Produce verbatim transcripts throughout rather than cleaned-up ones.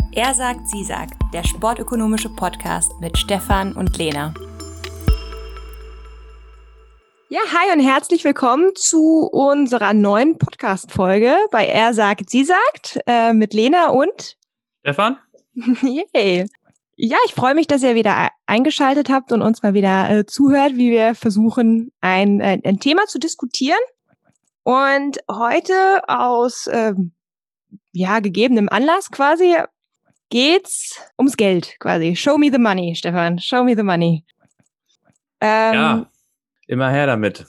Er sagt, sie sagt, der sportökonomische Podcast mit Stefan und Lena. Ja, hi und herzlich willkommen zu unserer neuen Podcast-Folge bei Er sagt, sie sagt äh, mit Lena und Stefan. Yay. Ja, ich freue mich, dass ihr wieder eingeschaltet habt und uns mal wieder äh, zuhört, wie wir versuchen, ein, ein, ein Thema zu diskutieren. Und heute aus ähm, ja gegebenem Anlass quasi geht's ums Geld quasi. Show me the money, Stefan. Show me the money. Ähm, ja, immer her damit.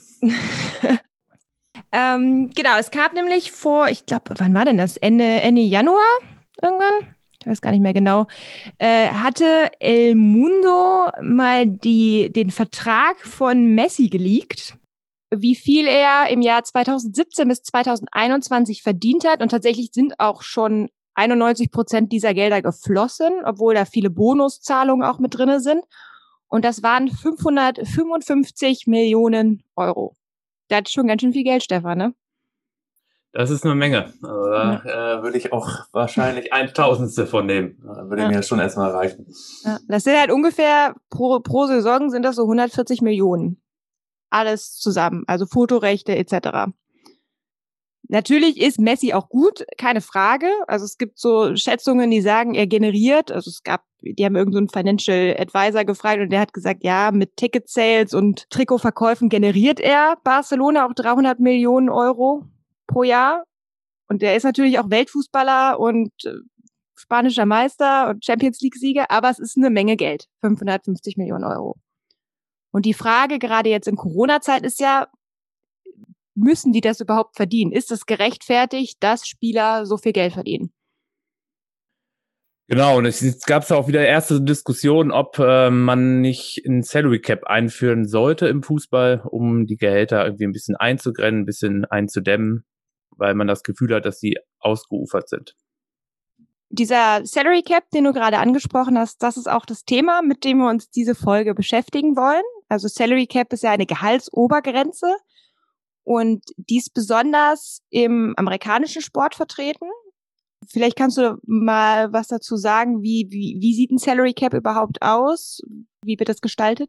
ähm, genau, es gab nämlich vor, ich glaube, wann war denn das? Ende, Ende Januar irgendwann? Ich weiß gar nicht mehr genau. Äh, hatte El Mundo mal die, den Vertrag von Messi geleakt, wie viel er im Jahr zweitausendsiebzehn bis zweitausendeinundzwanzig verdient hat. Und tatsächlich sind auch schon einundneunzig Prozent dieser Gelder geflossen, obwohl da viele Bonuszahlungen auch mit drinne sind. Und das waren fünfhundertfünfundfünfzig Millionen Euro. Das ist schon ganz schön viel Geld, Stefan, ne? Das ist eine Menge. Also da ja. äh, würde ich auch wahrscheinlich ein Tausendstel von nehmen. Da würde ja. mir schon erstmal reichen. Ja. Das sind halt ungefähr pro, pro Saison sind das so hundertvierzig Millionen. Alles zusammen, also Fotorechte et cetera. Natürlich ist Messi auch gut, keine Frage. Also es gibt so Schätzungen, die sagen, er generiert, also es gab, die haben irgendeinen so Financial Advisor gefragt und der hat gesagt, ja, mit Ticket Sales und Trikotverkäufen generiert er Barcelona auch dreihundert Millionen Euro pro Jahr. Und der ist natürlich auch Weltfußballer und äh, spanischer Meister und Champions League Sieger, aber es ist eine Menge Geld, fünfhundertfünfzig Millionen Euro. Und die Frage gerade jetzt in Corona-Zeit ist ja, müssen die das überhaupt verdienen? Ist es gerechtfertigt, dass Spieler so viel Geld verdienen? Genau, und es gab auch wieder erste Diskussionen, ob äh, man nicht ein Salary Cap einführen sollte im Fußball, um die Gehälter irgendwie ein bisschen einzugrennen, ein bisschen einzudämmen, weil man das Gefühl hat, dass sie ausgeufert sind. Dieser Salary Cap, den du gerade angesprochen hast, das ist auch das Thema, mit dem wir uns diese Folge beschäftigen wollen. Also Salary Cap ist ja eine Gehaltsobergrenze. Und dies besonders im amerikanischen Sport vertreten. Vielleicht kannst du mal was dazu sagen, wie, wie, wie sieht ein Salary Cap überhaupt aus? Wie wird das gestaltet?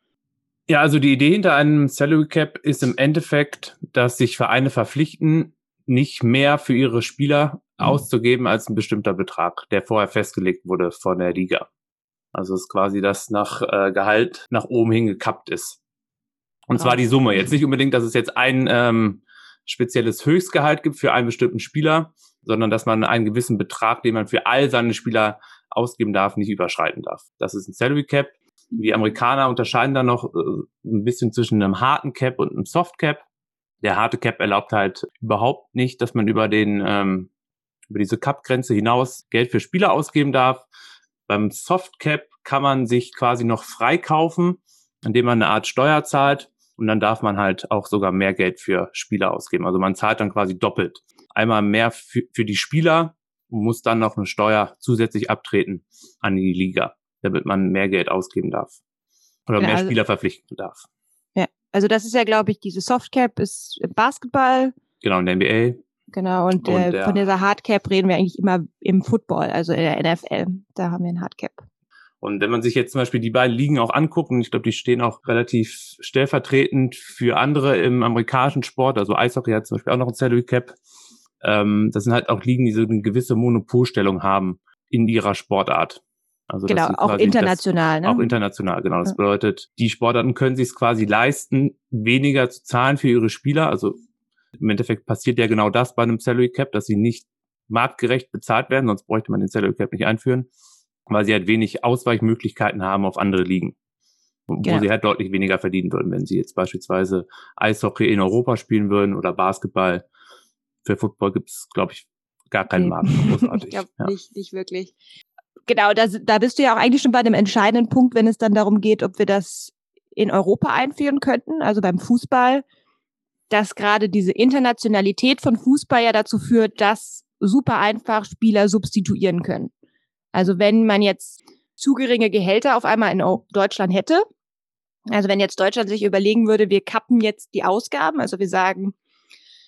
Ja, also die Idee hinter einem Salary Cap ist im Endeffekt, dass sich Vereine verpflichten, nicht mehr für ihre Spieler mhm. auszugeben als ein bestimmter Betrag, der vorher festgelegt wurde von der Liga. Also es ist quasi, dass nach äh, Gehalt nach oben hin gekappt ist. Und zwar die Summe. Jetzt nicht unbedingt, dass es jetzt ein ähm, spezielles Höchstgehalt gibt für einen bestimmten Spieler, sondern dass man einen gewissen Betrag, den man für all seine Spieler ausgeben darf, nicht überschreiten darf. Das ist ein Salary Cap. Die Amerikaner unterscheiden da noch äh, ein bisschen zwischen einem harten Cap und einem Soft Cap. Der harte Cap erlaubt halt überhaupt nicht, dass man über den ähm, über diese Cap-Grenze hinaus Geld für Spieler ausgeben darf. Beim Soft Cap kann man sich quasi noch freikaufen, indem man eine Art Steuer zahlt. Und dann darf man halt auch sogar mehr Geld für Spieler ausgeben. Also man zahlt dann quasi doppelt. Einmal mehr für, für die Spieler und muss dann noch eine Steuer zusätzlich abtreten an die Liga, damit man mehr Geld ausgeben darf. Oder genau, mehr also, Spieler verpflichten darf. Ja, also das ist ja, glaube ich, diese Softcap ist im Basketball. Genau, in der N B A. Genau, und, und äh, von dieser Hardcap reden wir eigentlich immer im Football, also in der N F L. Da haben wir einen Hardcap. Und wenn man sich jetzt zum Beispiel die beiden Ligen auch anguckt, und ich glaube, die stehen auch relativ stellvertretend für andere im amerikanischen Sport, also Eishockey hat zum Beispiel auch noch ein Salary Cap, ähm, das sind halt auch Ligen, die so eine gewisse Monopolstellung haben in ihrer Sportart. Also genau, auch international. Das, ne? Auch international, genau. Das bedeutet, die Sportarten können sich es quasi leisten, weniger zu zahlen für ihre Spieler. Also im Endeffekt passiert ja genau das bei einem Salary Cap, dass sie nicht marktgerecht bezahlt werden, sonst bräuchte man den Salary Cap nicht einführen, weil sie halt wenig Ausweichmöglichkeiten haben auf andere Ligen, wo genau. sie halt deutlich weniger verdienen würden, wenn sie jetzt beispielsweise Eishockey in Europa spielen würden oder Basketball. Für Football gibt es, glaube ich, gar keinen Markt. Großartig. Ich glaube ja. nicht, nicht wirklich. Genau, da, da bist du ja auch eigentlich schon bei dem entscheidenden Punkt, wenn es dann darum geht, ob wir das in Europa einführen könnten, also beim Fußball, dass gerade diese Internationalität von Fußball ja dazu führt, dass super einfach Spieler substituieren können. Also wenn man jetzt zu geringe Gehälter auf einmal in Deutschland hätte, also wenn jetzt Deutschland sich überlegen würde, wir kappen jetzt die Ausgaben, also wir sagen,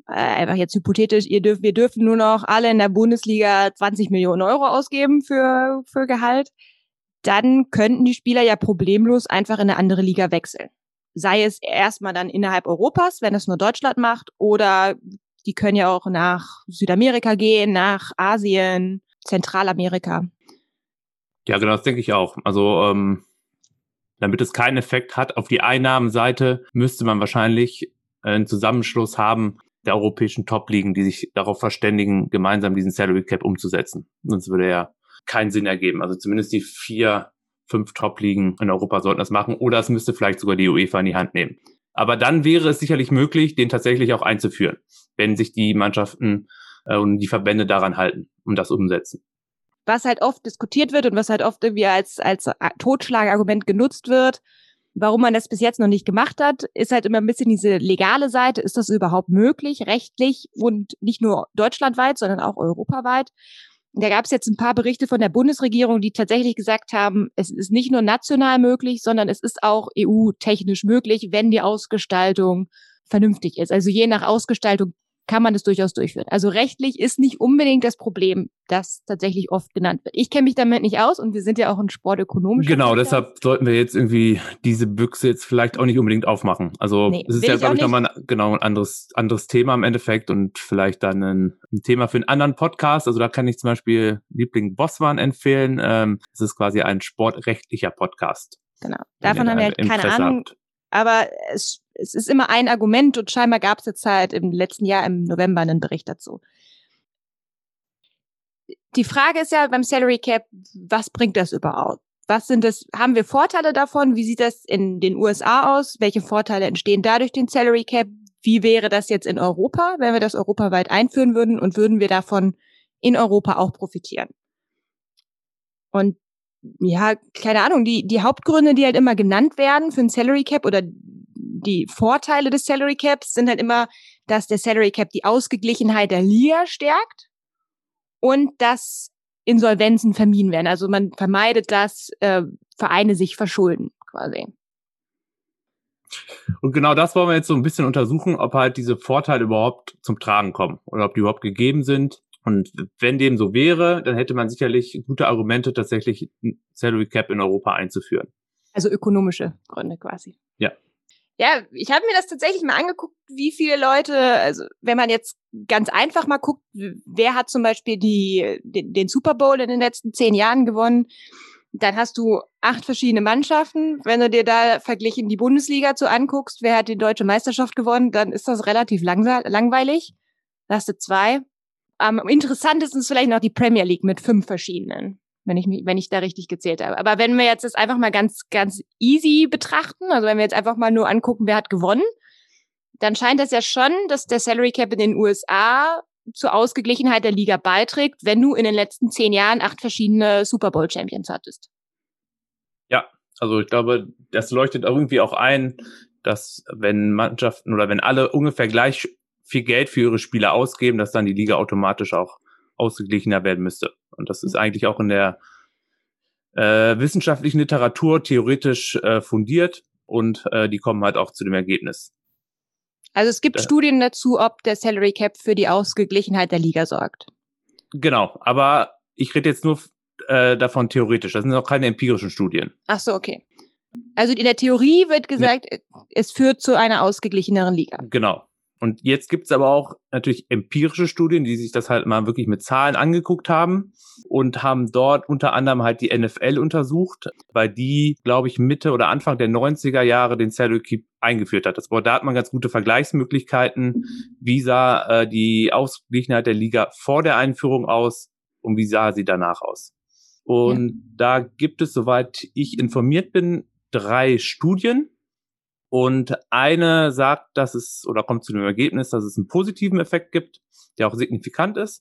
äh, einfach jetzt hypothetisch, ihr dürft, wir dürfen nur noch alle in der Bundesliga zwanzig Millionen Euro ausgeben für, für Gehalt, dann könnten die Spieler ja problemlos einfach in eine andere Liga wechseln. Sei es erstmal dann innerhalb Europas, wenn es nur Deutschland macht, oder die können ja auch nach Südamerika gehen, nach Asien, Zentralamerika. Ja, genau, das denke ich auch. Also ähm, damit es keinen Effekt hat auf die Einnahmenseite, müsste man wahrscheinlich einen Zusammenschluss haben der europäischen Top-Ligen, die sich darauf verständigen, gemeinsam diesen Salary Cap umzusetzen. Sonst würde ja keinen Sinn ergeben. Also zumindest die vier, fünf Top-Ligen in Europa sollten das machen, oder es müsste vielleicht sogar die UEFA in die Hand nehmen. Aber dann wäre es sicherlich möglich, den tatsächlich auch einzuführen, wenn sich die Mannschaften äh, und die Verbände daran halten und das umsetzen. Was halt oft diskutiert wird und was halt oft irgendwie als, als Totschlagargument genutzt wird, warum man das bis jetzt noch nicht gemacht hat, ist halt immer ein bisschen diese legale Seite. Ist das überhaupt möglich, rechtlich und nicht nur deutschlandweit, sondern auch europaweit? Da gab es jetzt ein paar Berichte von der Bundesregierung, die tatsächlich gesagt haben, es ist nicht nur national möglich, sondern es ist auch E U-technisch möglich, wenn die Ausgestaltung vernünftig ist. Also je nach Ausgestaltung kann man das durchaus durchführen. Also rechtlich ist nicht unbedingt das Problem, das tatsächlich oft genannt wird. Ich kenne mich damit nicht aus und wir sind ja auch ein sportökonomischer Genau, Podcast. Deshalb sollten wir jetzt irgendwie diese Büchse jetzt vielleicht auch nicht unbedingt aufmachen. Also Nee, es ist will ja, ich glaube auch ich, nochmal ein, genau ein anderes, anderes Thema im Endeffekt und vielleicht dann ein, ein Thema für einen anderen Podcast. Also da kann ich zum Beispiel Liebling Bosswan empfehlen. Ähm, es ist quasi ein sportrechtlicher Podcast. Genau, davon haben wir halt keine Interesse Ahnung. Habt. Aber es, es ist immer ein Argument und scheinbar gab es jetzt halt im letzten Jahr im November einen Bericht dazu. Die Frage ist ja beim Salary Cap, was bringt das überhaupt? Was sind das? Haben wir Vorteile davon? Wie sieht das in den U S A aus? Welche Vorteile entstehen dadurch den Salary Cap? Wie wäre das jetzt in Europa, wenn wir das europaweit einführen würden und würden wir davon in Europa auch profitieren? Und ja, keine Ahnung, die, die Hauptgründe, die halt immer genannt werden für ein Salary Cap oder die Vorteile des Salary Caps sind halt immer, dass der Salary Cap die Ausgeglichenheit der Liga stärkt und dass Insolvenzen vermieden werden. Also man vermeidet, dass äh, Vereine sich verschulden, quasi. Und genau das wollen wir jetzt so ein bisschen untersuchen, ob halt diese Vorteile überhaupt zum Tragen kommen oder ob die überhaupt gegeben sind. Und wenn dem so wäre, dann hätte man sicherlich gute Argumente, tatsächlich ein Salary Cap in Europa einzuführen. Also ökonomische Gründe quasi. Ja. Ja, ich habe mir das tatsächlich mal angeguckt, wie viele Leute, also wenn man jetzt ganz einfach mal guckt, wer hat zum Beispiel die, den, den Super Bowl in den letzten zehn Jahren gewonnen, dann hast du acht verschiedene Mannschaften. Wenn du dir da verglichen die Bundesliga zu anguckst, wer hat die deutsche Meisterschaft gewonnen, dann ist das relativ langsa- langweilig. Da hast du zwei. Am interessantesten ist vielleicht noch die Premier League mit fünf verschiedenen, wenn ich mich, wenn ich da richtig gezählt habe. Aber wenn wir jetzt das einfach mal ganz, ganz easy betrachten, also wenn wir jetzt einfach mal nur angucken, wer hat gewonnen, dann scheint das ja schon, dass der Salary Cap in den U S A zur Ausgeglichenheit der Liga beiträgt, wenn du in den letzten zehn Jahren acht verschiedene Super Bowl Champions hattest. Ja, also ich glaube, das leuchtet irgendwie auch ein, dass wenn Mannschaften oder wenn alle ungefähr gleich viel Geld für ihre Spieler ausgeben, dass dann die Liga automatisch auch ausgeglichener werden müsste. Und das ist eigentlich auch in der äh, wissenschaftlichen Literatur theoretisch äh, fundiert und äh, die kommen halt auch zu dem Ergebnis. Also es gibt äh, Studien dazu, ob der Salary Cap für die Ausgeglichenheit der Liga sorgt. Genau, aber ich rede jetzt nur äh, davon theoretisch. Das sind auch keine empirischen Studien. Ach so, okay. Also in der Theorie wird gesagt, nee. Es führt zu einer ausgeglicheneren Liga. Genau. Und jetzt gibt's aber auch natürlich empirische Studien, die sich das halt mal wirklich mit Zahlen angeguckt haben und haben dort unter anderem halt die N F L untersucht, weil die, glaube ich, Mitte oder Anfang der neunziger Jahre den Salary Cap eingeführt hat. Das, da hat man ganz gute Vergleichsmöglichkeiten. Wie sah äh, die Ausgeglichenheit der Liga vor der Einführung aus und wie sah sie danach aus? Und ja. Da gibt es, soweit ich informiert bin, drei Studien. Und eine sagt, dass es, oder kommt zu dem Ergebnis, dass es einen positiven Effekt gibt, der auch signifikant ist.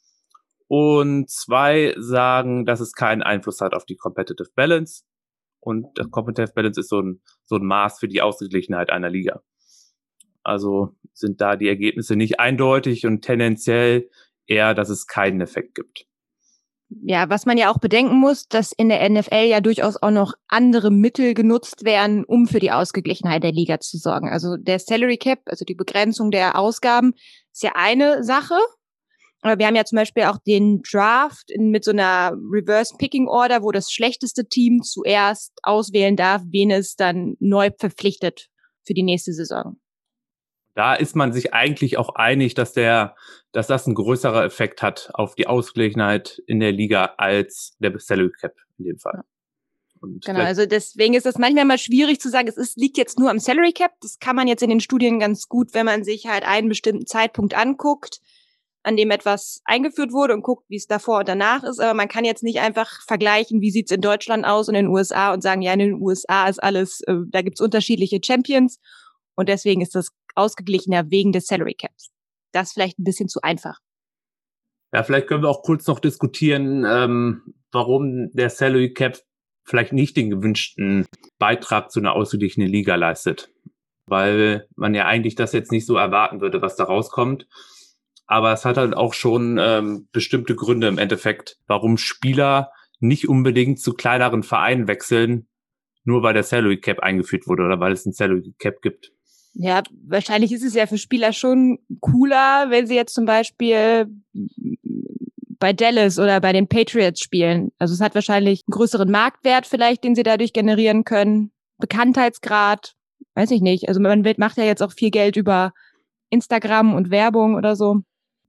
Und zwei sagen, dass es keinen Einfluss hat auf die Competitive Balance. Und das Competitive Balance ist so ein, so ein Maß für die Ausgeglichenheit einer Liga. Also sind da die Ergebnisse nicht eindeutig und tendenziell eher, dass es keinen Effekt gibt. ja, was man ja auch bedenken muss, dass in der N F L ja durchaus auch noch andere Mittel genutzt werden, um für die Ausgeglichenheit der Liga zu sorgen. Also der Salary Cap, also die Begrenzung der Ausgaben, ist ja eine Sache. Aber wir haben ja zum Beispiel auch den Draft in, mit so einer Reverse-Picking-Order, wo das schlechteste Team zuerst auswählen darf, wen es dann neu verpflichtet für die nächste Saison. Da ist man sich eigentlich auch einig, dass der, dass das einen größeren Effekt hat auf die Ausgeglichenheit in der Liga als der Salary Cap in dem Fall. Und genau, also deswegen ist das manchmal mal schwierig zu sagen, es ist, liegt jetzt nur am Salary Cap. Das kann man jetzt in den Studien ganz gut, wenn man sich halt einen bestimmten Zeitpunkt anguckt, an dem etwas eingeführt wurde und guckt, wie es davor und danach ist. Aber man kann jetzt nicht einfach vergleichen, wie sieht's in Deutschland aus und in den U S A und sagen, ja, in den U S A ist alles, äh, da gibt's unterschiedliche Champions und deswegen ist das ausgeglichener wegen des Salary Caps. Das ist vielleicht ein bisschen zu einfach. Ja, vielleicht können wir auch kurz noch diskutieren, ähm, warum der Salary Cap vielleicht nicht den gewünschten Beitrag zu einer ausgeglichenen Liga leistet. Weil man ja eigentlich das jetzt nicht so erwarten würde, was da rauskommt. Aber es hat halt auch schon ähm, bestimmte Gründe im Endeffekt, warum Spieler nicht unbedingt zu kleineren Vereinen wechseln, nur weil der Salary Cap eingeführt wurde oder weil es ein Salary Cap gibt. Ja, wahrscheinlich ist es ja für Spieler schon cooler, wenn sie jetzt zum Beispiel bei Dallas oder bei den Patriots spielen. Also es hat wahrscheinlich einen größeren Marktwert vielleicht, den sie dadurch generieren können. Bekanntheitsgrad, weiß ich nicht. Also man macht ja jetzt auch viel Geld über Instagram und Werbung oder so.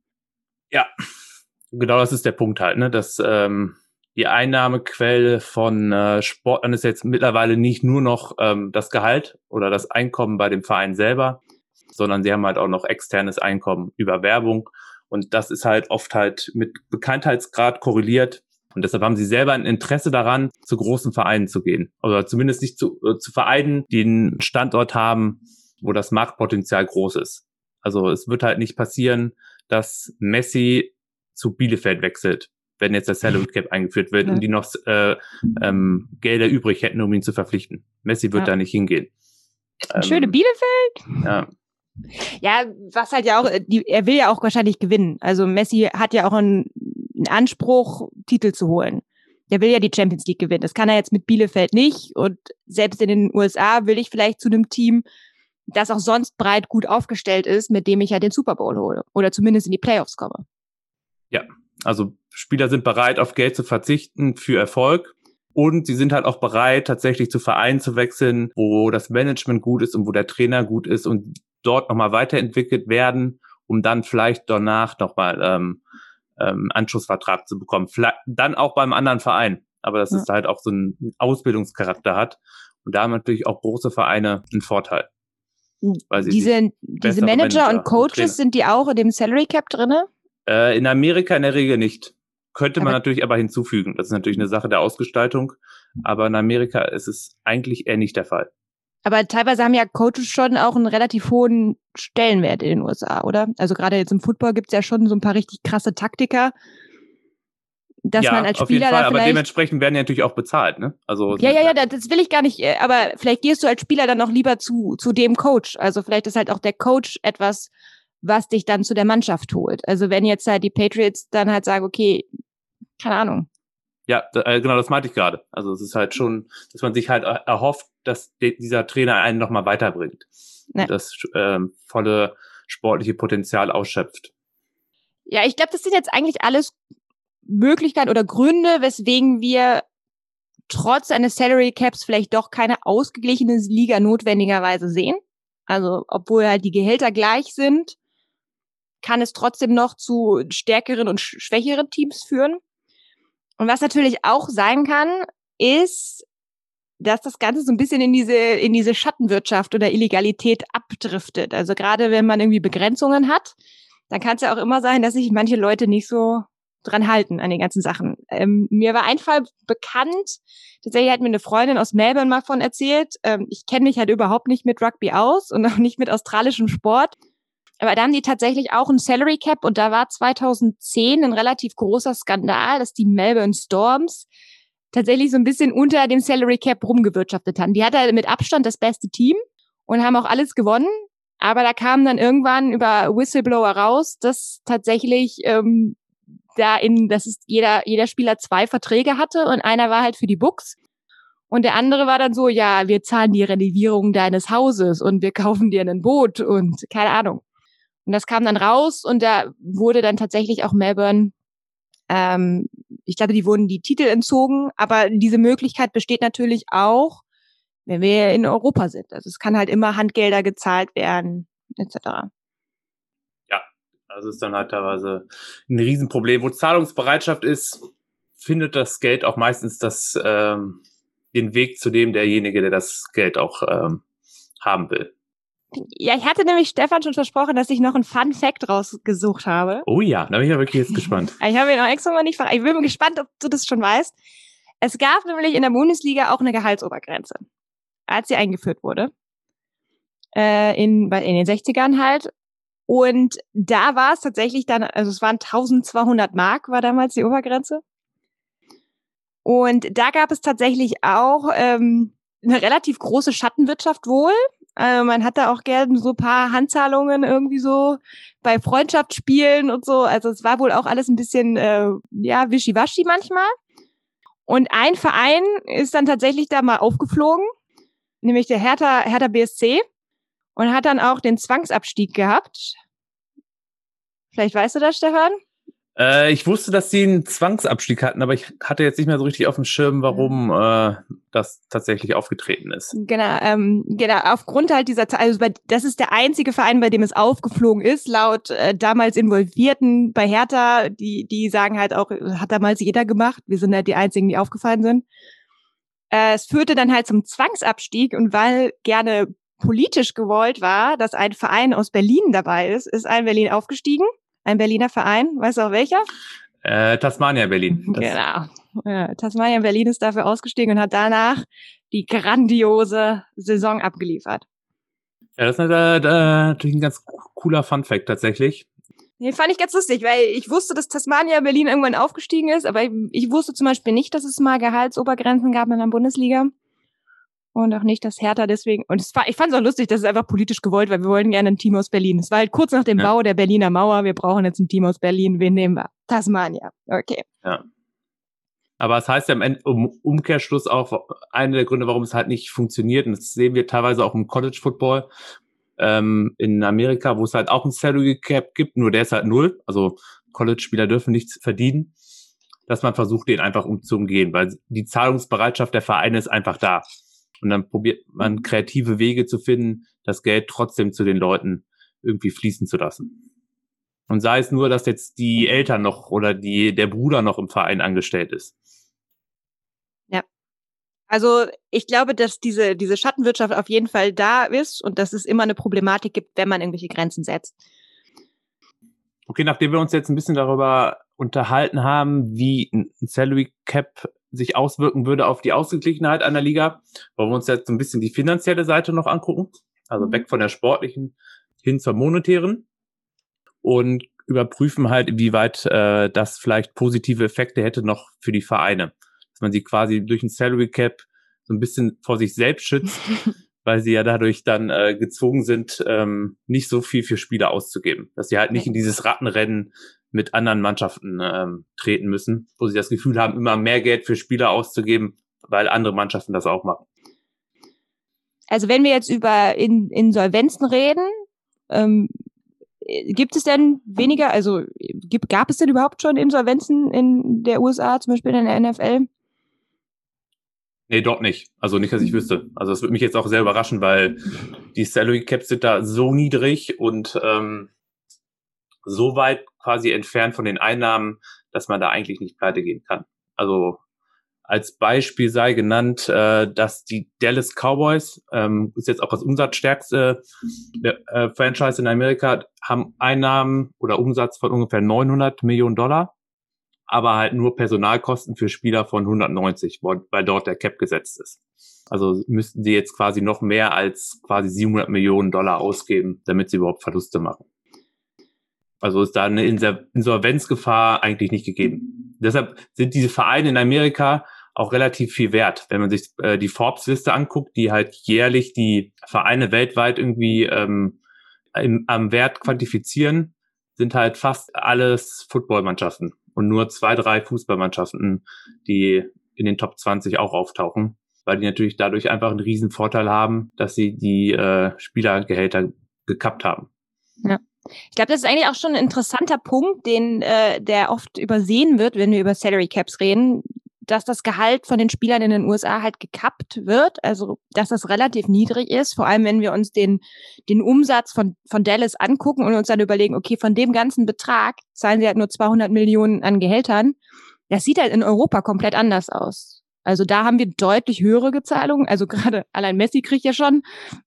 Ja, genau, das ist der Punkt halt, ne, dass ähm, die Einnahmequelle von äh, Sportlern ist jetzt mittlerweile nicht nur noch ähm, das Gehalt oder das Einkommen bei dem Verein selber, sondern sie haben halt auch noch externes Einkommen über Werbung und das ist halt oft halt mit Bekanntheitsgrad korreliert und deshalb haben sie selber ein Interesse daran, zu großen Vereinen zu gehen oder zumindest nicht zu, äh, zu Vereinen, die einen Standort haben, wo das Marktpotenzial groß ist. Also es wird halt nicht passieren, dass Messi zu Bielefeld wechselt, wenn jetzt der Salary Cap eingeführt wird ja. und die noch äh, ähm, Gelder übrig hätten, um ihn zu verpflichten. Messi wird ja. da nicht hingehen. Ähm, Schöne Bielefeld? Ja. Ja, was halt ja auch, die, er will ja auch wahrscheinlich gewinnen. Also Messi hat ja auch einen, einen Anspruch, Titel zu holen. Der will ja die Champions League gewinnen. Das kann er jetzt mit Bielefeld nicht. Und selbst in den U S A will ich vielleicht zu einem Team, das auch sonst breit gut aufgestellt ist, mit dem ich ja den Super Bowl hole oder zumindest in die Playoffs komme. Ja, also Spieler sind bereit, auf Geld zu verzichten für Erfolg und sie sind halt auch bereit, tatsächlich zu Vereinen zu wechseln, wo das Management gut ist und wo der Trainer gut ist und dort nochmal weiterentwickelt werden, um dann vielleicht danach nochmal ähm, ähm, Anschlussvertrag zu bekommen. Vielleicht dann auch beim anderen Verein, aber dass ja. es halt auch so einen Ausbildungscharakter hat und da haben natürlich auch große Vereine einen Vorteil. Weil sie diese diese Manager, Manager und Coaches, und sind die auch in dem Salary Cap drinne? Äh, in Amerika in der Regel nicht. Könnte aber man natürlich aber hinzufügen. Das ist natürlich eine Sache der Ausgestaltung. Aber in Amerika ist es eigentlich eher nicht der Fall. Aber teilweise haben ja Coaches schon auch einen relativ hohen Stellenwert in den U S A, oder? Also gerade jetzt im Football gibt's ja schon so ein paar richtig krasse Taktiker, dass ja, man als Spieler auf jeden Fall, da aber dementsprechend werden die natürlich auch bezahlt, ne? Also ja, ja, ja, das will ich gar nicht, aber vielleicht gehst du als Spieler dann noch lieber zu zu dem Coach. Also vielleicht ist halt auch der Coach etwas, was dich dann zu der Mannschaft holt. Also wenn jetzt halt die Patriots dann halt sagen, okay, keine Ahnung. Ja, äh, genau, das meinte ich gerade. Also es ist halt schon, dass man sich halt erhofft, dass de- dieser Trainer einen nochmal weiterbringt ja. und das ähm, volle sportliche Potenzial ausschöpft. Ja, ich glaube, das sind jetzt eigentlich alles Möglichkeiten oder Gründe, weswegen wir trotz eines Salary Caps vielleicht doch keine ausgeglichene Liga notwendigerweise sehen. Also obwohl halt die Gehälter gleich sind, kann es trotzdem noch zu stärkeren und schwächeren Teams führen. Und was natürlich auch sein kann, ist, dass das Ganze so ein bisschen in diese in diese Schattenwirtschaft oder Illegalität abdriftet. Also gerade wenn man irgendwie Begrenzungen hat, dann kann es ja auch immer sein, dass sich manche Leute nicht so dran halten an den ganzen Sachen. Ähm, mir war ein Fall bekannt, tatsächlich hat mir eine Freundin aus Melbourne mal von erzählt. Ähm, ich kenne mich halt überhaupt nicht mit Rugby aus und auch nicht mit australischem Sport. Aber da haben die tatsächlich auch ein Salary Cap und da war zweitausendzehn ein relativ großer Skandal, dass die Melbourne Storms tatsächlich so ein bisschen unter dem Salary Cap rumgewirtschaftet haben. Die hatten halt mit Abstand das beste Team und haben auch alles gewonnen. Aber da kam dann irgendwann über Whistleblower raus, dass tatsächlich ähm, da in, dass es jeder, jeder Spieler zwei Verträge hatte und einer war halt für die Bucks. Und der andere war dann so, ja, wir zahlen die Renovierung deines Hauses und wir kaufen dir ein Boot und keine Ahnung. Und das kam dann raus und da wurde dann tatsächlich auch Melbourne, ähm, ich glaube, die wurden die Titel entzogen, aber diese Möglichkeit besteht natürlich auch, wenn wir in Europa sind. Also es kann halt immer Handgelder gezahlt werden, et cetera. Ja, also ist dann halt teilweise ein Riesenproblem. Wo Zahlungsbereitschaft ist, findet das Geld auch meistens das ähm, den Weg zu dem derjenige, der das Geld auch ähm, haben will. Ja, ich hatte nämlich Stefan schon versprochen, dass ich noch einen Fun Fact rausgesucht habe. Oh ja, da bin ich ja wirklich jetzt gespannt. Ich habe ihn auch extra mal nicht verraten. Ich bin gespannt, ob du das schon weißt. Es gab nämlich in der Bundesliga auch eine Gehaltsobergrenze, als sie eingeführt wurde. Äh, in, in den sechzigern halt. Und da war es tatsächlich dann, also es waren eintausendzweihundert Mark, war damals die Obergrenze. Und da gab es tatsächlich auch ähm, eine relativ große Schattenwirtschaft wohl. Also man hat da auch gerne so ein paar Handzahlungen irgendwie so bei Freundschaftsspielen und so. Also es war wohl auch alles ein bisschen, äh, ja, wischiwaschi manchmal. Und ein Verein ist dann tatsächlich da mal aufgeflogen, nämlich der Hertha, Hertha B S C, und hat dann auch den Zwangsabstieg gehabt. Vielleicht weißt du das, Stefan? Äh, ich wusste, dass sie einen Zwangsabstieg hatten, aber ich hatte jetzt nicht mehr so richtig auf dem Schirm, warum äh, das tatsächlich aufgetreten ist. Genau, ähm, genau. Aufgrund halt dieser, also bei, das ist der einzige Verein, bei dem es aufgeflogen ist, laut äh, damals Involvierten bei Hertha. Die, die sagen halt auch, hat damals jeder gemacht. Wir sind halt die einzigen, die aufgefallen sind. Äh, es führte dann halt zum Zwangsabstieg, und weil gerne politisch gewollt war, dass ein Verein aus Berlin dabei ist, ist ein Berlin aufgestiegen. Ein Berliner Verein, weißt du auch welcher? Äh, Tasmania Berlin. Das Genau. Ja, Tasmania Berlin ist dafür ausgestiegen und hat danach die grandiose Saison abgeliefert. Ja, das ist äh, natürlich ein ganz cooler Funfact tatsächlich. Den fand ich ganz lustig, weil ich wusste, dass Tasmania Berlin irgendwann aufgestiegen ist, aber ich, ich wusste zum Beispiel nicht, dass es mal Gehaltsobergrenzen gab in der Bundesliga. Und auch nicht, dass Hertha deswegen, und es war, ich fand es auch lustig, dass es einfach politisch gewollt war. Wir wollten gerne ein Team aus Berlin. Es war halt kurz nach dem ja. Bau der Berliner Mauer. Wir brauchen jetzt ein Team aus Berlin. Wen nehmen wir? Tasmania. Okay. Ja. Aber es heißt ja im Umkehrschluss auch, einer der Gründe, warum es halt nicht funktioniert, und das sehen wir teilweise auch im College Football ähm, in Amerika, wo es halt auch ein Salary Cap gibt, nur der ist halt null. Also College-Spieler dürfen nichts verdienen, dass man versucht, den einfach um zu umgehen, weil die Zahlungsbereitschaft der Vereine ist einfach da. Und dann probiert man kreative Wege zu finden, das Geld trotzdem zu den Leuten irgendwie fließen zu lassen. Und sei es nur, dass jetzt die Eltern noch oder die der Bruder noch im Verein angestellt ist. Ja. Also ich glaube, dass diese diese Schattenwirtschaft auf jeden Fall da ist und dass es immer eine Problematik gibt, wenn man irgendwelche Grenzen setzt. Okay, nachdem wir uns jetzt ein bisschen darüber unterhalten haben, wie ein Salary Cap sich auswirken würde auf die Ausgeglichenheit einer Liga, wollen wir uns jetzt so ein bisschen die finanzielle Seite noch angucken. Also weg von der sportlichen hin zur monetären und überprüfen halt, inwieweit äh, das vielleicht positive Effekte hätte noch für die Vereine. Dass man sie quasi durch ein Salary Cap so ein bisschen vor sich selbst schützt, weil sie ja dadurch dann äh, gezwungen sind, ähm, nicht so viel für Spieler auszugeben. Dass sie halt nicht in dieses Rattenrennen mit anderen Mannschaften ähm, treten müssen, wo sie das Gefühl haben, immer mehr Geld für Spieler auszugeben, weil andere Mannschaften das auch machen. Also wenn wir jetzt über in, Insolvenzen reden, ähm, gibt es denn weniger, also gibt, gab es denn überhaupt schon Insolvenzen in der U S A, zum Beispiel in der N F L? Nee, dort nicht. Also nicht, dass ich wüsste. Also das würde mich jetzt auch sehr überraschen, weil die Salary Caps sind da so niedrig und ähm, so weit quasi entfernt von den Einnahmen, dass man da eigentlich nicht pleite gehen kann. Also als Beispiel sei genannt, äh, dass die Dallas Cowboys, ähm, ist jetzt auch das umsatzstärkste äh, Franchise in Amerika, haben Einnahmen oder Umsatz von ungefähr neunhundert Millionen Dollar, aber halt nur Personalkosten für Spieler von hundertneunzig, weil dort der Cap gesetzt ist. Also müssten sie jetzt quasi noch mehr als quasi siebenhundert Millionen Dollar ausgeben, damit sie überhaupt Verluste machen. Also ist da eine Insolvenzgefahr eigentlich nicht gegeben. Deshalb sind diese Vereine in Amerika auch relativ viel wert. Wenn man sich äh, die Forbes-Liste anguckt, die halt jährlich die Vereine weltweit irgendwie ähm, im, am Wert quantifizieren, sind halt fast alles Footballmannschaften. und nur zwei, drei Fußballmannschaften, die in den Top zwanzig auch auftauchen, weil die natürlich dadurch einfach einen riesen Vorteil haben, dass sie die äh, Spielergehälter gekappt haben. Ja. Ich glaube, das ist eigentlich auch schon ein interessanter Punkt, den äh, der oft übersehen wird, wenn wir über Salary Caps reden, dass das Gehalt von den Spielern in den U S A halt gekappt wird, also dass das relativ niedrig ist, vor allem wenn wir uns den den Umsatz von von Dallas angucken und uns dann überlegen, okay, von dem ganzen Betrag zahlen sie halt nur zweihundert Millionen an Gehältern. Das sieht halt in Europa komplett anders aus. Also da haben wir deutlich höhere Bezahlungen, also gerade allein Messi kriegt ja schon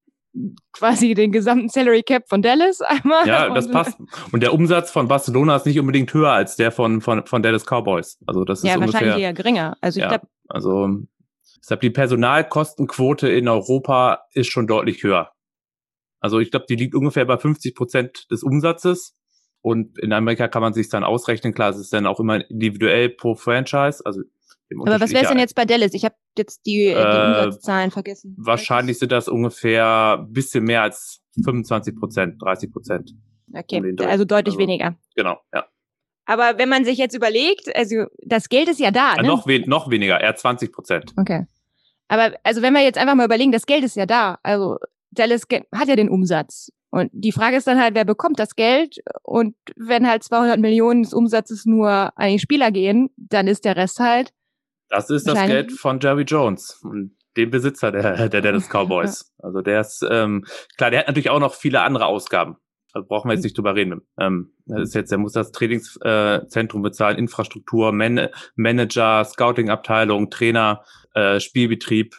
quasi den gesamten Salary Cap von Dallas einmal. Ja, das passt. Und der Umsatz von Barcelona ist nicht unbedingt höher als der von von von Dallas Cowboys. Also das ist ja ungefähr, wahrscheinlich eher geringer. Also ich ja, glaube, also deshalb die Personalkostenquote in Europa ist schon deutlich höher. Also ich glaube, die liegt ungefähr bei fünfzig Prozent des Umsatzes. Und in Amerika kann man sich dann ausrechnen. Klar, es ist dann auch immer individuell pro Franchise. Also aber was wäre es denn jetzt bei Dallas? Ich habe jetzt die, äh, die Umsatzzahlen vergessen. Wahrscheinlich sind das ungefähr ein bisschen mehr als fünfundzwanzig Prozent, dreißig Prozent. Okay, um also deutlich also, weniger. Genau, ja. Aber wenn man sich jetzt überlegt, also das Geld ist ja da, ja, ne? Noch, we- noch weniger, eher zwanzig Prozent. Okay. Aber also wenn wir jetzt einfach mal überlegen, das Geld ist ja da. Also Dallas hat ja den Umsatz. Und die Frage ist dann halt, wer bekommt das Geld? Und wenn halt zweihundert Millionen des Umsatzes nur an die Spieler gehen, dann ist der Rest halt. Das ist das Geld von Jerry Jones, dem Besitzer der, der Dallas Cowboys. Also der ist, ähm, klar, der hat natürlich auch noch viele andere Ausgaben. Also brauchen wir jetzt nicht drüber reden. Ähm, das ist jetzt, der muss das Trainingszentrum äh, bezahlen, Infrastruktur, Man- Manager, Scouting-Abteilung, Trainer, äh, Spielbetrieb.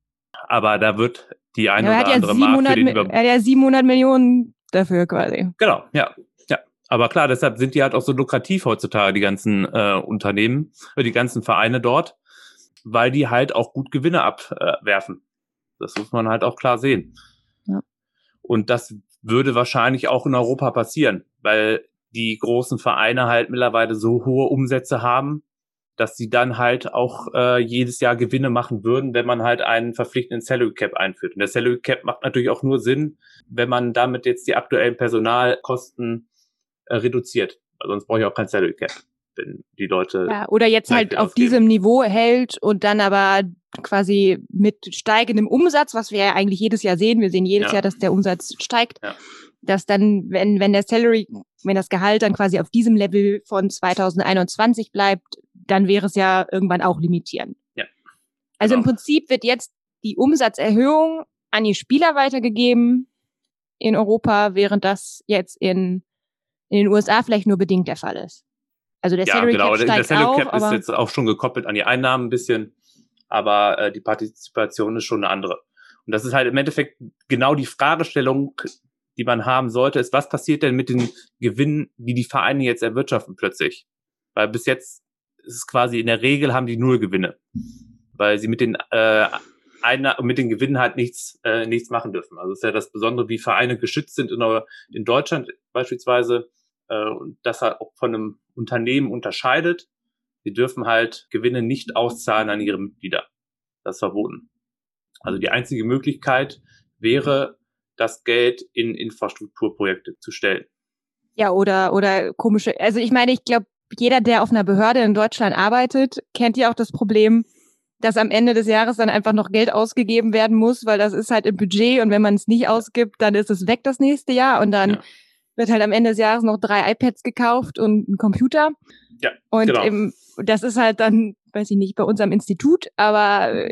Aber da wird die eine ja, oder andere ja Mark für den über... Er hat ja siebenhundert Millionen dafür quasi. Genau, ja. ja. Aber klar, deshalb sind die halt auch so lukrativ heutzutage, die ganzen äh, Unternehmen, die ganzen Vereine dort, weil die halt auch gut Gewinne abwerfen. Das muss man halt auch klar sehen. Ja. Und das würde wahrscheinlich auch in Europa passieren, weil die großen Vereine halt mittlerweile so hohe Umsätze haben, dass sie dann halt auch äh, jedes Jahr Gewinne machen würden, wenn man halt einen verpflichtenden Salary Cap einführt. Und der Salary Cap macht natürlich auch nur Sinn, wenn man damit jetzt die aktuellen Personalkosten äh, reduziert. Also sonst brauche ich auch kein Salary Cap, wenn die Leute... Ja, oder jetzt halt auf aufgeben. Diesem Niveau hält und dann aber quasi mit steigendem Umsatz, was wir ja eigentlich jedes Jahr sehen, wir sehen jedes ja. Jahr, dass der Umsatz steigt, ja. dass dann, wenn wenn der Salary, wenn das Gehalt dann quasi auf diesem Level von zweitausendeinundzwanzig bleibt, dann wäre es ja irgendwann auch limitierend. Ja. Also genau. Im Prinzip wird jetzt die Umsatzerhöhung an die Spieler weitergegeben in Europa, während das jetzt in, in den U S A vielleicht nur bedingt der Fall ist. Also der ja, Salary genau. Cap steigt der Salary Cap auch, ist jetzt auch schon gekoppelt an die Einnahmen ein bisschen, aber äh, die Partizipation ist schon eine andere. Und das ist halt im Endeffekt genau die Fragestellung, die man haben sollte, ist, was passiert denn mit den Gewinnen, die die Vereine jetzt erwirtschaften plötzlich? Weil bis jetzt ist es quasi in der Regel haben die null Gewinne, weil sie mit den äh, Einnahmen, mit den Gewinnen halt nichts äh, nichts machen dürfen. Also das ist ja das Besondere, wie Vereine geschützt sind in, in Deutschland beispielsweise äh, und das halt auch von einem Unternehmen unterscheidet. Sie dürfen halt Gewinne nicht auszahlen an ihre Mitglieder. Das ist verboten. Also die einzige Möglichkeit wäre, das Geld in Infrastrukturprojekte zu stellen. Ja, oder oder komische, also ich meine, ich glaube, jeder, der auf einer Behörde in Deutschland arbeitet, kennt ja auch das Problem, dass am Ende des Jahres dann einfach noch Geld ausgegeben werden muss, weil das ist halt im Budget und wenn man es nicht ausgibt, dann ist es weg das nächste Jahr und dann ja. wird halt am Ende des Jahres noch drei iPads gekauft und ein Computer. Ja, und genau. im, das ist halt dann, weiß ich nicht, bei uns am Institut, aber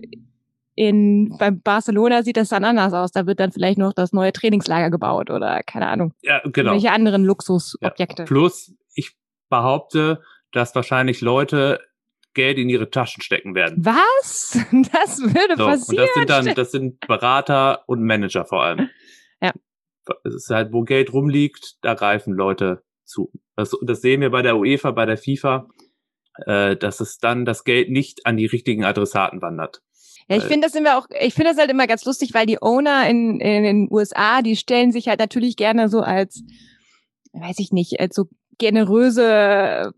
in beim Barcelona sieht das dann anders aus. Da wird dann vielleicht noch das neue Trainingslager gebaut oder keine Ahnung. Ja, genau. Welche anderen Luxusobjekte. Ja. Plus, ich behaupte, dass wahrscheinlich Leute Geld in ihre Taschen stecken werden. Was? Das würde so, passieren? Und das sind dann, das sind Berater und Manager vor allem. Ja. Es ist halt, wo Geld rumliegt, da greifen Leute zu. Das, das sehen wir bei der UEFA, bei der FIFA, äh, dass es dann das Geld nicht an die richtigen Adressaten wandert. Ja, ich finde das immer auch, ich finde das halt immer ganz lustig, weil die Owner in, in den U S A, die stellen sich halt natürlich gerne so als, weiß ich nicht, als so generöse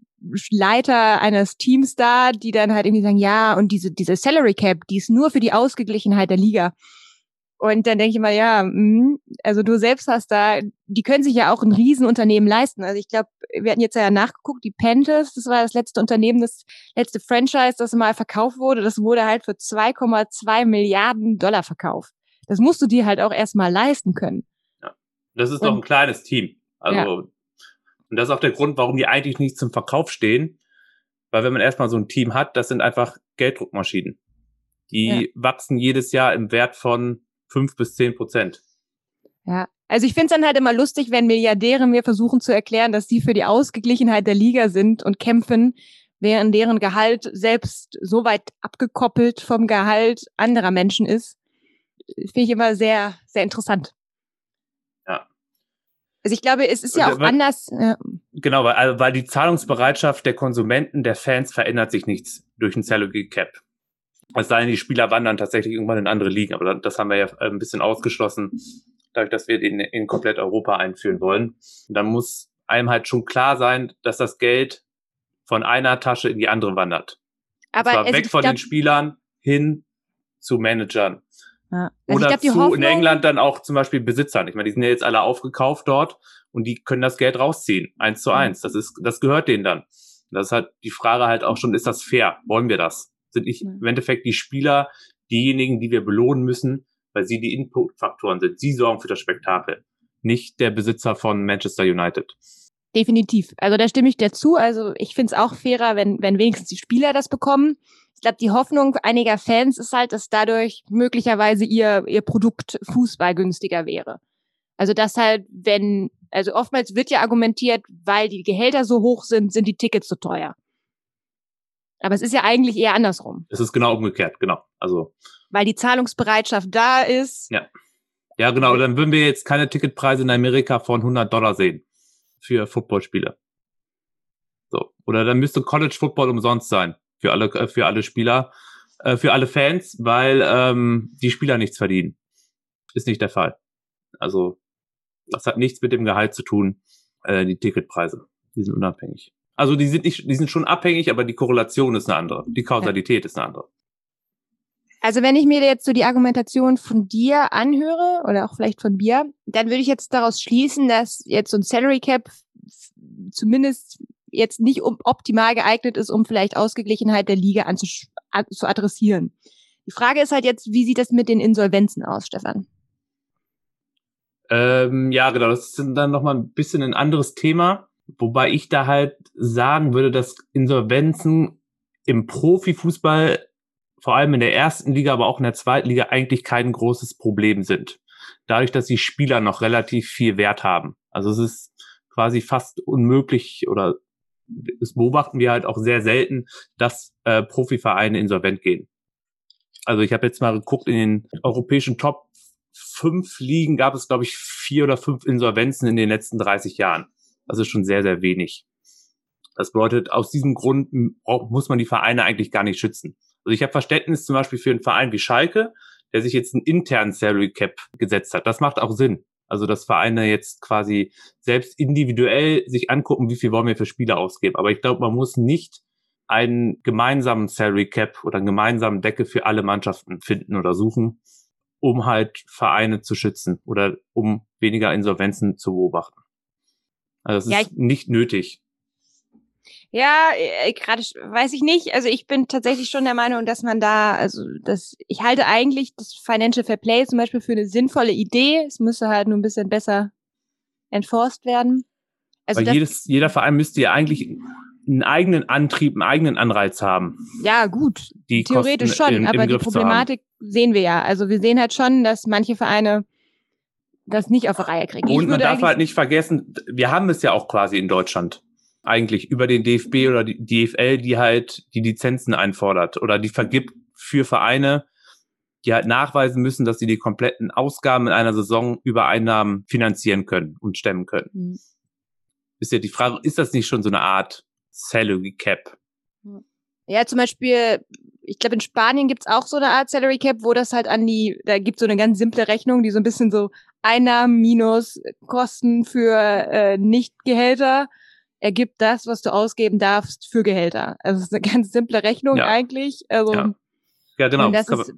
Leiter eines Teams dar, die dann halt irgendwie sagen, ja, und diese, diese Salary Cap, die ist nur für die Ausgeglichenheit der Liga. Und dann denke ich immer, ja, mh, also du selbst hast da, die können sich ja auch ein Riesenunternehmen leisten. Also ich glaube, wir hatten jetzt ja nachgeguckt, die Panthers, das war das letzte Unternehmen, das letzte Franchise, das mal verkauft wurde, das wurde halt für zwei Komma zwei Milliarden Dollar verkauft. Das musst du dir halt auch erstmal leisten können. Ja. Das ist Und, doch ein kleines Team. Also, ja. Und das ist auch der Grund, warum die eigentlich nicht zum Verkauf stehen. Weil wenn man erstmal so ein Team hat, das sind einfach Gelddruckmaschinen. Die ja. wachsen jedes Jahr im Wert von fünf bis zehn Prozent. Ja, also ich finde es dann halt immer lustig, wenn Milliardäre mir versuchen zu erklären, dass sie für die Ausgeglichenheit der Liga sind und kämpfen, während deren Gehalt selbst so weit abgekoppelt vom Gehalt anderer Menschen ist. Finde ich immer sehr, sehr interessant. Ja. Also ich glaube, es ist ja auch weil, anders. Ja. Genau, weil, weil die Zahlungsbereitschaft der Konsumenten, der Fans verändert sich nichts durch ein Salary Cap. Es sei denn, die Spieler wandern tatsächlich irgendwann in andere Ligen, aber das haben wir ja ein bisschen ausgeschlossen, dadurch, dass wir den in komplett Europa einführen wollen. Und dann muss einem halt schon klar sein, dass das Geld von einer Tasche in die andere wandert. Aber und zwar also weg von glaub, den Spielern hin zu Managern. Ja. Also Oder ich glaub, die zu Hoffnung, in England dann auch zum Beispiel Besitzern. Ich meine, die sind ja jetzt alle aufgekauft dort und die können das Geld rausziehen, eins zu eins. Das ist, das gehört denen dann. Das ist halt die Frage halt auch schon, ist das fair? Wollen wir das? Sind nicht im Endeffekt die Spieler diejenigen, die wir belohnen müssen, weil sie die Inputfaktoren sind. Sie sorgen für das Spektakel, nicht der Besitzer von Manchester United. Definitiv. Also da stimme ich dir zu. Also ich finde es auch fairer, wenn, wenn wenigstens die Spieler das bekommen. Ich glaube, die Hoffnung einiger Fans ist halt, dass dadurch möglicherweise ihr, ihr Produkt Fußball günstiger wäre. Also das halt, wenn, also oftmals wird ja argumentiert, weil die Gehälter so hoch sind, sind die Tickets so teuer. Aber es ist ja eigentlich eher andersrum. Es ist genau umgekehrt, genau. Also weil die Zahlungsbereitschaft da ist. Ja, ja genau. Dann würden wir jetzt keine Ticketpreise in Amerika von hundert Dollar sehen für Footballspiele. So. Oder dann müsste College Football umsonst sein für alle, für alle Spieler, äh, für alle Fans, weil ähm, die Spieler nichts verdienen. Ist nicht der Fall. Also das hat nichts mit dem Gehalt zu tun. Äh, die Ticketpreise, die sind unabhängig. Also die sind nicht, die sind schon abhängig, aber die Korrelation ist eine andere. Die Kausalität ja. ist eine andere. Also wenn ich mir jetzt so die Argumentation von dir anhöre oder auch vielleicht von Bia, dann würde ich jetzt daraus schließen, dass jetzt so ein Salary Cap zumindest jetzt nicht optimal geeignet ist, um vielleicht Ausgeglichenheit der Liga anzusch- an- zu adressieren. Die Frage ist halt jetzt, wie sieht das mit den Insolvenzen aus, Stefan? Ähm, ja, genau, das ist dann nochmal ein bisschen ein anderes Thema. Wobei ich da halt sagen würde, dass Insolvenzen im Profifußball, vor allem in der ersten Liga, aber auch in der zweiten Liga, eigentlich kein großes Problem sind. Dadurch, dass die Spieler noch relativ viel Wert haben. Also es ist quasi fast unmöglich, oder das beobachten wir halt auch sehr selten, dass äh, Profivereine insolvent gehen. Also ich habe jetzt mal geguckt, in den europäischen Top fünf Ligen gab es, glaube ich, vier oder fünf Insolvenzen in den letzten dreißig Jahren. Das ist schon sehr, sehr wenig. Das bedeutet, aus diesem Grund muss man die Vereine eigentlich gar nicht schützen. Also ich habe Verständnis zum Beispiel für einen Verein wie Schalke, der sich jetzt einen internen Salary Cap gesetzt hat. Das macht auch Sinn. Also dass Vereine jetzt quasi selbst individuell sich angucken, wie viel wollen wir für Spieler ausgeben. Aber ich glaube, man muss nicht einen gemeinsamen Salary Cap oder einen gemeinsamen Deckel für alle Mannschaften finden oder suchen, um halt Vereine zu schützen oder um weniger Insolvenzen zu beobachten. Also das ja, ist nicht nötig. Ja, gerade weiß ich nicht. Also ich bin tatsächlich schon der Meinung, dass man da, also das, ich halte eigentlich das Financial Fair Play zum Beispiel für eine sinnvolle Idee. Es müsste halt nur ein bisschen besser enforced werden. Also Weil jedes, jeder Verein müsste ja eigentlich einen eigenen Antrieb, einen eigenen Anreiz haben. Ja, gut. Die theoretisch Kosten schon, im, im aber Griff die Problematik sehen wir ja. Also wir sehen halt schon, dass manche Vereine das nicht auf die Reihe kriegen. Und man darf halt nicht vergessen, wir haben es ja auch quasi in Deutschland. Eigentlich über den D F B oder die D F L, die halt die Lizenzen einfordert oder die vergibt für Vereine, die halt nachweisen müssen, dass sie die kompletten Ausgaben in einer Saison über Einnahmen finanzieren können und stemmen können. Mhm. Ist ja die Frage, ist das nicht schon so eine Art Salary Cap? Ja, zum Beispiel, ich glaube in Spanien gibt's auch so eine Art Salary Cap, wo das halt an die, da gibt's so eine ganz simple Rechnung, die so ein bisschen so Einnahmen minus Kosten für äh, Nichtgehälter ergibt das, was du ausgeben darfst für Gehälter. Also es ist eine ganz simple Rechnung ja. eigentlich. Also, ja. ja, genau. Das das ist,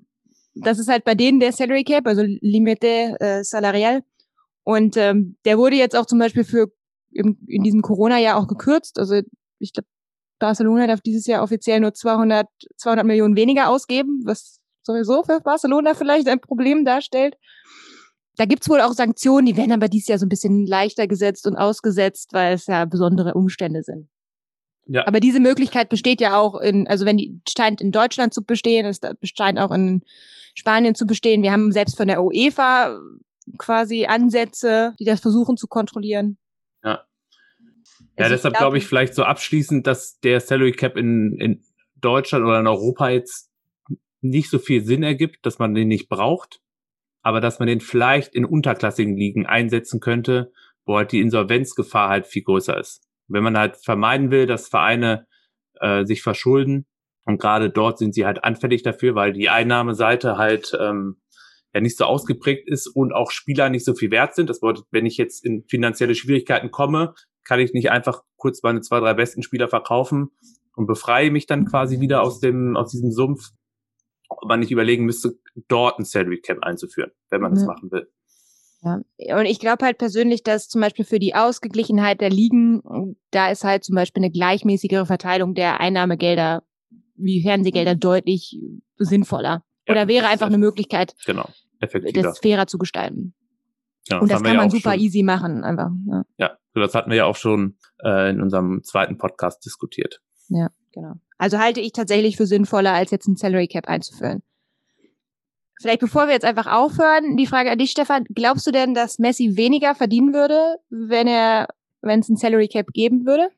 das ist halt bei denen der Salary Cap, also Limite äh, Salarial. Und ähm, der wurde jetzt auch zum Beispiel für im, in diesem Corona-Jahr auch gekürzt. Also ich glaube, Barcelona darf dieses Jahr offiziell nur zweihundert Millionen weniger ausgeben, was sowieso für Barcelona vielleicht ein Problem darstellt. Da gibt's wohl auch Sanktionen, die werden aber dieses Jahr so ein bisschen leichter gesetzt und ausgesetzt, weil es ja besondere Umstände sind. Ja. Aber diese Möglichkeit besteht ja auch in, also wenn die scheint in Deutschland zu bestehen, es scheint auch in Spanien zu bestehen. Wir haben selbst von der UEFA quasi Ansätze, die das versuchen zu kontrollieren. Ja. Ja, also deshalb glaube ich vielleicht so abschließend, dass der Salary Cap in, in Deutschland oder in Europa jetzt nicht so viel Sinn ergibt, dass man den nicht braucht, aber dass man den vielleicht in unterklassigen Ligen einsetzen könnte, wo halt die Insolvenzgefahr halt viel größer ist. Wenn man halt vermeiden will, dass Vereine äh, sich verschulden, und gerade dort sind sie halt anfällig dafür, weil die Einnahmeseite halt ähm, ja nicht so ausgeprägt ist und auch Spieler nicht so viel wert sind. Das bedeutet, wenn ich jetzt in finanzielle Schwierigkeiten komme, kann ich nicht einfach kurz meine zwei, drei besten Spieler verkaufen und befreie mich dann quasi wieder aus dem aus diesem Sumpf, ob man nicht überlegen müsste, dort ein Salary Cap einzuführen, wenn man ja. das machen will. Ja, und ich glaube halt persönlich, dass zum Beispiel für die Ausgeglichenheit der Ligen, da ist halt zum Beispiel eine gleichmäßigere Verteilung der Einnahmegelder wie Fernsehgelder deutlich sinnvoller. Ja, oder wäre einfach eine Möglichkeit, genau, das fairer zu gestalten. Genau, und das, das kann ja man super schon, easy machen, einfach. Ja, ja, das hatten wir ja auch schon äh, in unserem zweiten Podcast diskutiert. Ja, genau. Also halte ich tatsächlich für sinnvoller, als jetzt ein Salary Cap einzuführen. Vielleicht bevor wir jetzt einfach aufhören, die Frage an dich, Stefan. Glaubst du denn, dass Messi weniger verdienen würde, wenn er, wenn es ein Salary Cap geben würde?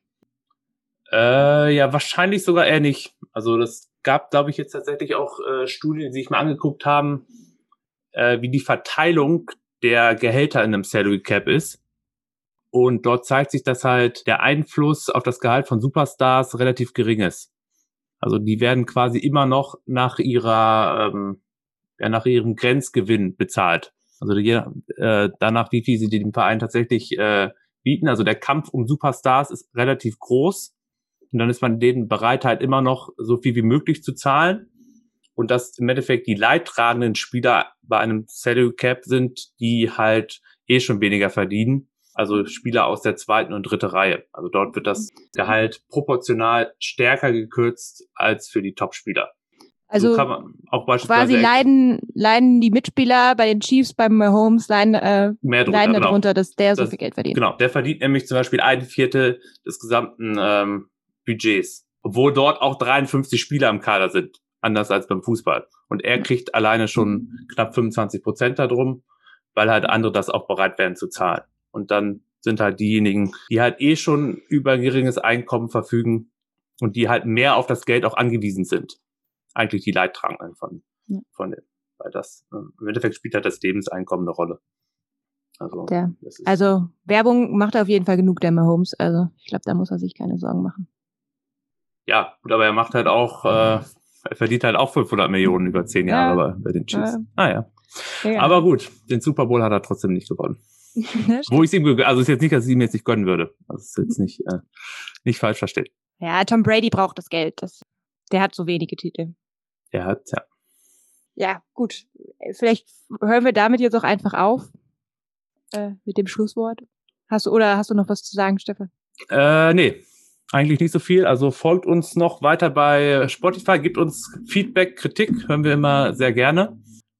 Äh, ja, wahrscheinlich sogar eher nicht. Also das gab, glaube ich, jetzt tatsächlich auch äh, Studien, die sich mal angeguckt haben, äh, wie die Verteilung der Gehälter in einem Salary Cap ist. Und dort zeigt sich, dass halt der Einfluss auf das Gehalt von Superstars relativ gering ist. Also die werden quasi immer noch nach ihrer ähm, ja, nach ihrem Grenzgewinn bezahlt. Also die, äh, danach, wie viel sie dem Verein tatsächlich äh, bieten. Also der Kampf um Superstars ist relativ groß. Und dann ist man denen bereit, halt immer noch so viel wie möglich zu zahlen. Und dass im Endeffekt die leidtragenden Spieler bei einem Salary Cap sind, die halt eh schon weniger verdienen. Also Spieler aus der zweiten und dritten Reihe. Also dort wird das Gehalt proportional stärker gekürzt als für die Top-Spieler. Also so kann man auch beispielsweise quasi leiden, leiden die Mitspieler bei den Chiefs, beim Mahomes, leiden, äh, mehr drunter, leiden genau. darunter, dass der so das, viel Geld verdient. Genau, der verdient nämlich zum Beispiel ein Viertel des gesamten ähm, Budgets. Obwohl dort auch dreiundfünfzig Spieler im Kader sind, anders als beim Fußball. Und er kriegt alleine schon knapp fünfundzwanzig Prozent darum, weil halt andere das auch bereit wären zu zahlen. Und dann sind halt diejenigen, die halt eh schon über ein geringes Einkommen verfügen und die halt mehr auf das Geld auch angewiesen sind. Eigentlich die Leidtragenden von, ja. von dem. Weil das, im Endeffekt spielt halt das Lebenseinkommen eine Rolle. Also, der, das ist also Werbung macht er auf jeden Fall genug, der Mahomes. Also ich glaube, da muss er sich keine Sorgen machen. Ja, gut, aber er macht halt auch, äh, er verdient halt auch fünfhundert Millionen über zehn Jahre ja. bei, bei den Chiefs. Ja. Ah ja. ja. Aber gut, den Super Bowl hat er trotzdem nicht gewonnen. Wo ich es ihm, also ist jetzt nicht, dass ich ihm jetzt nicht gönnen würde. Das ist jetzt nicht, äh, nicht falsch verstehen. Ja, Tom Brady braucht das Geld. Das, der hat so wenige Titel. Er hat, ja. Ja, gut. Vielleicht hören wir damit jetzt auch einfach auf. Äh, mit dem Schlusswort. Hast du, oder hast du noch was zu sagen, Stefan? Äh, nee. Eigentlich nicht so viel. Also folgt uns noch weiter bei Spotify, gibt uns Feedback, Kritik, hören wir immer sehr gerne.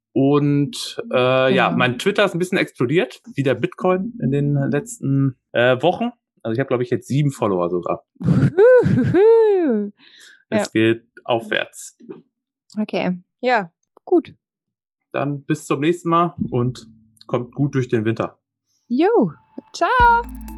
Und äh, genau. ja, mein Twitter ist ein bisschen explodiert, wie der Bitcoin in den letzten äh, Wochen. Also ich habe, glaube ich, jetzt sieben Follower sogar. Es ja. geht aufwärts. Okay, ja, gut. Dann bis zum nächsten Mal und kommt gut durch den Winter. Jo, ciao.